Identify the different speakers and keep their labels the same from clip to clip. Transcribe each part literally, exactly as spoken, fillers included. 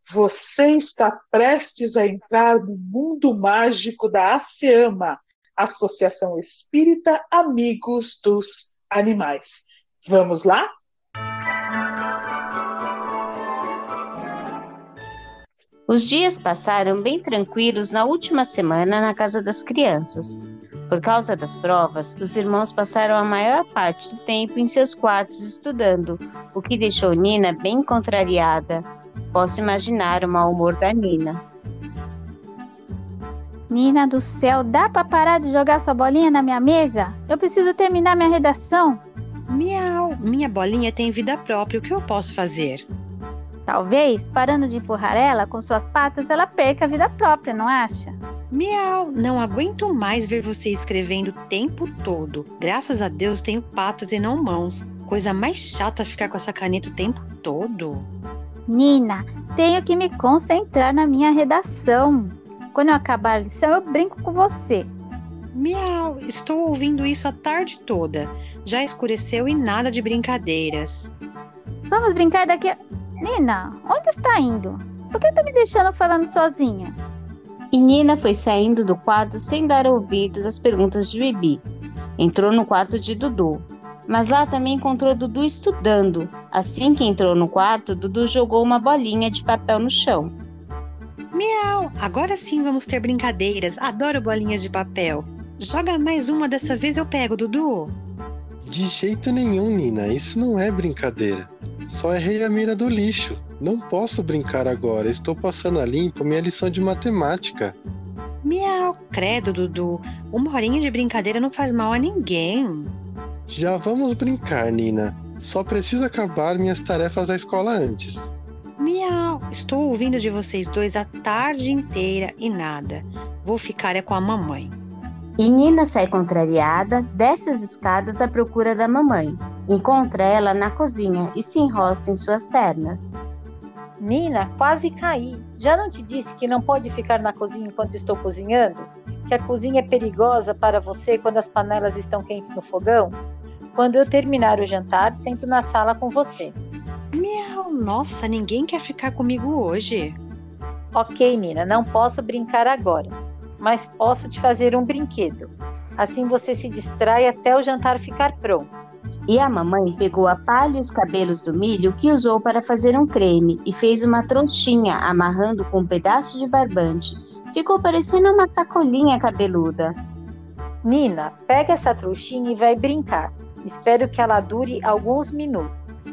Speaker 1: Você está prestes a entrar no mundo mágico da ASEAMA, Associação Espírita Amigos dos Animais. Vamos lá?
Speaker 2: Os dias passaram bem tranquilos na última semana na casa das crianças. Por causa das provas, os irmãos passaram a maior parte do tempo em seus quartos estudando, o que deixou Nina bem contrariada. Posso imaginar o mau humor da Nina.
Speaker 3: Nina do céu, dá pra parar de jogar sua bolinha na minha mesa? Eu preciso terminar minha redação.
Speaker 4: Miau, minha bolinha tem vida própria, o que eu posso fazer?
Speaker 3: Talvez, parando de empurrar ela com suas patas, ela perca a vida própria, não acha?
Speaker 4: Miau, não aguento mais ver você escrevendo o tempo todo. Graças a Deus tenho patas e não mãos. Coisa mais chata ficar com essa caneta o tempo todo.
Speaker 3: Nina, tenho que me concentrar na minha redação. Quando eu acabar a lição, eu brinco com você.
Speaker 4: Miau, estou ouvindo isso a tarde toda. Já escureceu e nada de brincadeiras.
Speaker 3: Vamos brincar daqui a... Nina, onde está indo? Por que está me deixando falando sozinha?
Speaker 2: E Nina foi saindo do quarto sem dar ouvidos às perguntas de Bibi. Entrou no quarto de Dudu, mas lá também encontrou Dudu estudando. Assim que entrou no quarto, Dudu jogou uma bolinha de papel no chão.
Speaker 4: Miau, agora sim vamos ter brincadeiras. Adoro bolinhas de papel. Joga mais uma, dessa vez eu pego, Dudu.
Speaker 5: De jeito nenhum, Nina, isso não é brincadeira. Só errei a mira do lixo. Não posso brincar agora, estou passando a limpo minha lição de matemática.
Speaker 4: Miau, credo, Dudu. Uma horinha de brincadeira não faz mal a ninguém.
Speaker 5: Já vamos brincar, Nina. Só preciso acabar minhas tarefas da escola antes.
Speaker 4: Miau, estou ouvindo de vocês dois a tarde inteira e nada. Vou ficar é com a mamãe.
Speaker 2: E Nina sai contrariada, desce as escadas à procura da mamãe. Encontra ela na cozinha e se enrosca em suas pernas.
Speaker 6: Nina, quase caí. Já não te disse que não pode ficar na cozinha enquanto estou cozinhando? Que a cozinha é perigosa para você quando as panelas estão quentes no fogão? Quando eu terminar o jantar, sento na sala com você.
Speaker 4: Miau, nossa, ninguém quer ficar comigo hoje.
Speaker 6: Ok, Nina, não posso brincar agora, mas posso te fazer um brinquedo. Assim você se distrai até o jantar ficar pronto.
Speaker 2: E a mamãe pegou a palha e os cabelos do milho que usou para fazer um creme e fez uma trouxinha amarrando com um pedaço de barbante. Ficou parecendo uma sacolinha cabeluda.
Speaker 6: Nina, pega essa trouxinha e vai brincar. Espero que ela dure alguns minutos.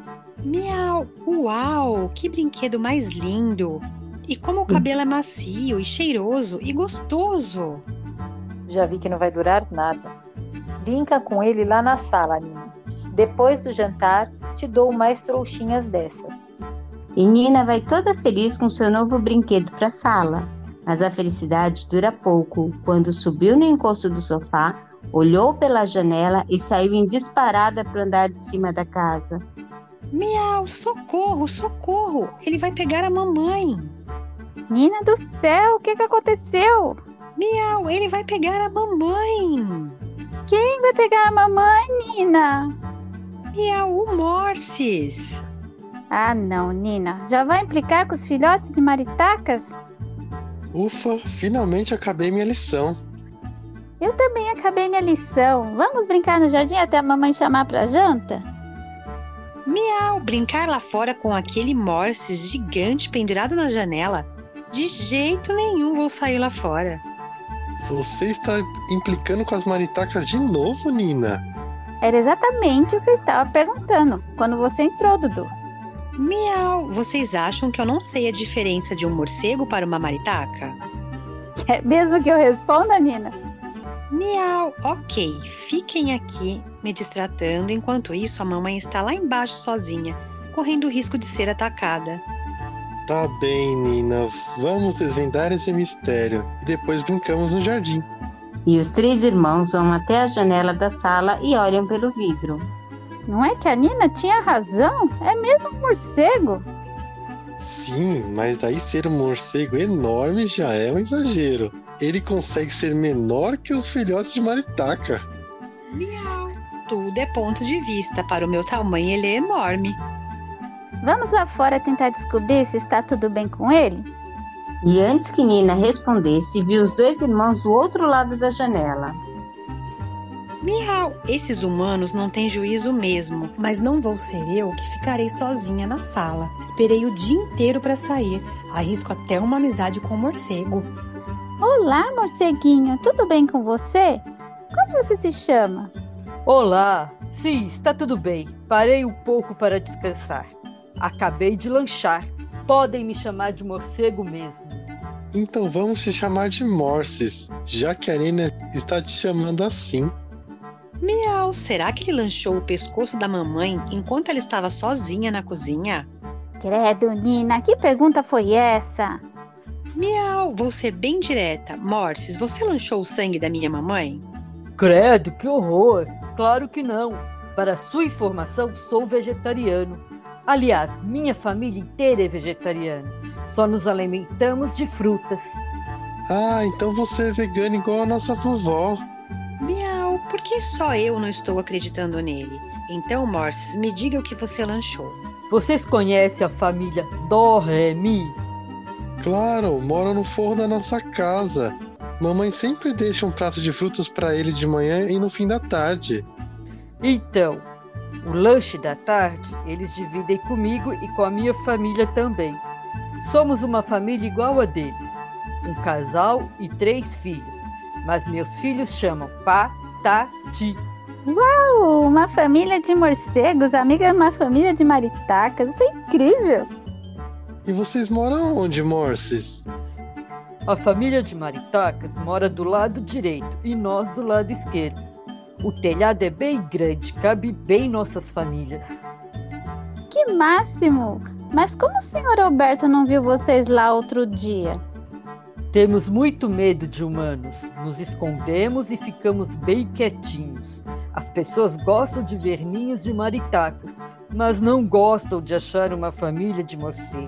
Speaker 4: Miau, uau, que brinquedo mais lindo. E como o cabelo é macio e cheiroso e gostoso.
Speaker 6: Já vi que não vai durar nada. Brinca com ele lá na sala, Nina. Depois do jantar, te dou mais trouxinhas dessas.
Speaker 2: E Nina vai toda feliz com seu novo brinquedo para a sala. Mas a felicidade dura pouco. Quando subiu no encosto do sofá, olhou pela janela e saiu em disparada para o andar de cima da casa.
Speaker 4: Miau, socorro, socorro! Ele vai pegar a mamãe.
Speaker 3: Nina do céu, o que, que aconteceu?
Speaker 4: Miau, ele vai pegar a mamãe.
Speaker 3: Quem vai pegar a mamãe, Nina?
Speaker 4: Miau, o Morses.
Speaker 3: Ah, não, Nina. Já vai implicar com os filhotes de maritacas?
Speaker 5: Ufa, finalmente acabei minha lição.
Speaker 3: Eu também acabei minha lição. Vamos brincar no jardim até a mamãe chamar pra janta?
Speaker 4: Miau, brincar lá fora com aquele Morses gigante pendurado na janela? De jeito nenhum vou sair lá fora.
Speaker 5: Você está implicando com as maritacas de novo, Nina?
Speaker 3: Era exatamente o que eu estava perguntando quando você entrou, Dudu.
Speaker 4: Miau, vocês acham que eu não sei a diferença de um morcego para uma maritaca?
Speaker 3: É mesmo que eu responda, Nina?
Speaker 4: Miau, ok, fiquem aqui me distratando, enquanto isso a mamãe está lá embaixo sozinha, correndo o risco de ser atacada.
Speaker 5: Tá bem, Nina, vamos desvendar esse mistério e depois brincamos no jardim.
Speaker 2: E os três irmãos vão até a janela da sala e olham pelo vidro.
Speaker 3: Não é que a Nina tinha razão? É mesmo um morcego?
Speaker 5: Sim, mas daí ser um morcego enorme já é um exagero. Ele consegue ser menor que os filhotes de maritaca.
Speaker 4: Miau, tudo é ponto de vista. Para o meu tamanho ele é enorme.
Speaker 3: Vamos lá fora tentar descobrir se está tudo bem com ele?
Speaker 2: E antes que Nina respondesse, viu os dois irmãos do outro lado da janela.
Speaker 4: Miau, esses humanos não têm juízo mesmo. Mas não vou ser eu que ficarei sozinha na sala. Esperei o dia inteiro para sair. Arrisco até uma amizade com o morcego.
Speaker 3: Olá, morceguinho. Tudo bem com você? Como você se chama?
Speaker 7: Olá. Sim, está tudo bem. Parei um pouco para descansar. Acabei de lanchar. Podem me chamar de morcego mesmo.
Speaker 5: Então vamos te chamar de Morses, já que a Nina está te chamando assim.
Speaker 4: Miau, será que ele lanchou o pescoço da mamãe enquanto ela estava sozinha na cozinha?
Speaker 3: Credo, Nina, que pergunta foi essa?
Speaker 4: Miau, vou ser bem direta. Morses, você lanchou o sangue da minha mamãe?
Speaker 7: Credo, que horror! Claro que não. Para sua informação, sou vegetariano. Aliás, minha família inteira é vegetariana. Só nos alimentamos de frutas.
Speaker 5: Ah, então você é vegano igual a nossa vovó.
Speaker 4: Miau, por que só eu não estou acreditando nele? Então, Morses, me diga o que você lanchou.
Speaker 7: Vocês conhecem a família Doremi?
Speaker 5: Claro, mora no forro da nossa casa. Mamãe sempre deixa um prato de frutas para ele de manhã e no fim da tarde.
Speaker 7: Então, o lanche da tarde eles dividem comigo e com a minha família também. Somos uma família igual a deles. Um casal e três filhos. Mas meus filhos chamam Patati.
Speaker 3: Uau, uma família de morcegos, amiga de uma família de maritacas. Isso é incrível.
Speaker 5: E vocês moram onde, Morses?
Speaker 7: A família de maritacas mora do lado direito e nós do lado esquerdo. O telhado é bem grande, cabe bem nossas famílias.
Speaker 3: Que máximo! Mas como o senhor Alberto não viu vocês lá outro dia?
Speaker 7: Temos muito medo de humanos. Nos escondemos e ficamos bem quietinhos. As pessoas gostam de ver ninhos de maritacas, mas não gostam de achar uma família de morcego.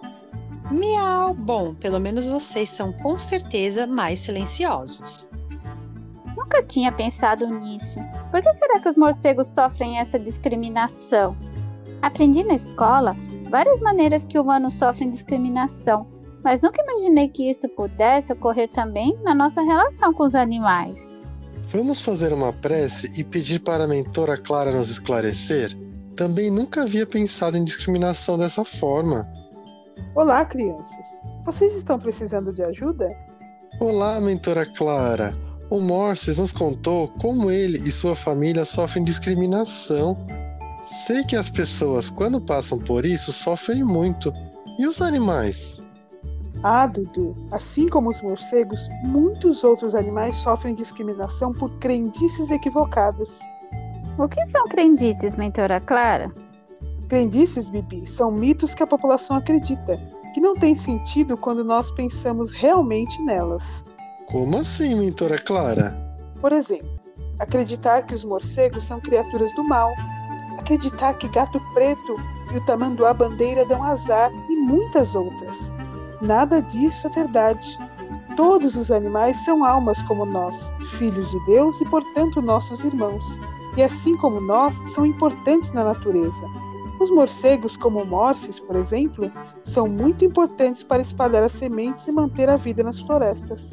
Speaker 4: Miau, bom, pelo menos vocês são com certeza mais silenciosos.
Speaker 3: Nunca tinha pensado nisso. Por que será que os morcegos sofrem essa discriminação? Aprendi na escola várias maneiras que humanos sofrem discriminação, mas nunca imaginei que isso pudesse ocorrer também na nossa relação com os animais.
Speaker 5: Vamos fazer uma prece e pedir para a mentora Clara nos esclarecer? Também nunca havia pensado em discriminação dessa forma.
Speaker 1: Olá, crianças. Vocês estão precisando de ajuda?
Speaker 5: Olá, mentora Clara. O Morses nos contou como ele e sua família sofrem discriminação. Sei que as pessoas, quando passam por isso, sofrem muito. E os animais?
Speaker 1: Ah, Dudu, assim como os morcegos, muitos outros animais sofrem discriminação por crendices equivocadas.
Speaker 3: O que são crendices, mentora Clara?
Speaker 1: Crendices, Bibi, são mitos que a população acredita, que não têm sentido quando nós pensamos realmente nelas.
Speaker 5: Como assim, mentora Clara?
Speaker 1: Por exemplo, acreditar que os morcegos são criaturas do mal, acreditar que gato preto e o tamanduá-bandeira dão azar e muitas outras. Nada disso é verdade. Todos os animais são almas como nós, filhos de Deus e, portanto, nossos irmãos. E assim como nós, são importantes na natureza. Os morcegos, como o Morses, por exemplo, são muito importantes para espalhar as sementes e manter a vida nas florestas.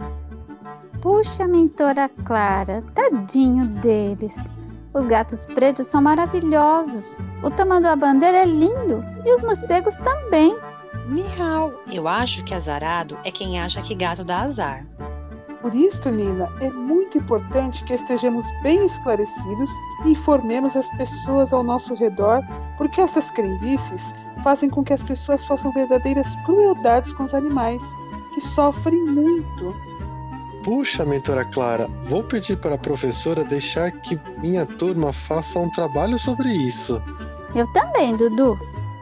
Speaker 3: Puxa, mentora Clara, tadinho deles. Os gatos pretos são maravilhosos. O tamanduá-bandeira é lindo e os morcegos também.
Speaker 4: Miau, eu acho que azarado é quem acha que gato dá azar.
Speaker 1: Por isso, Nina, é muito importante que estejamos bem esclarecidos e informemos as pessoas ao nosso redor, porque essas crendices fazem com que as pessoas façam verdadeiras crueldades com os animais, que sofrem muito.
Speaker 5: Puxa, mentora Clara, vou pedir para a professora deixar que minha turma faça um trabalho sobre isso.
Speaker 3: Eu também, Dudu.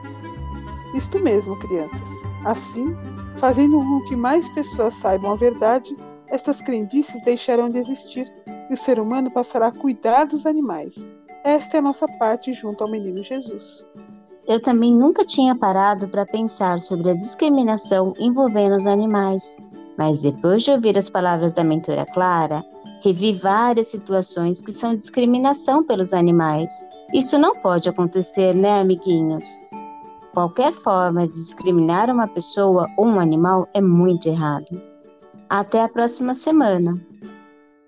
Speaker 1: Isto mesmo, crianças. Assim, fazendo com que mais pessoas saibam a verdade, estas crendices deixarão de existir e o ser humano passará a cuidar dos animais. Esta é a nossa parte junto ao menino Jesus.
Speaker 2: Eu também nunca tinha parado para pensar sobre a discriminação envolvendo os animais. Mas depois de ouvir as palavras da mentora Clara, revi várias situações que são discriminação pelos animais. Isso não pode acontecer, né, amiguinhos? Qualquer forma de discriminar uma pessoa ou um animal é muito errado. Até a próxima semana!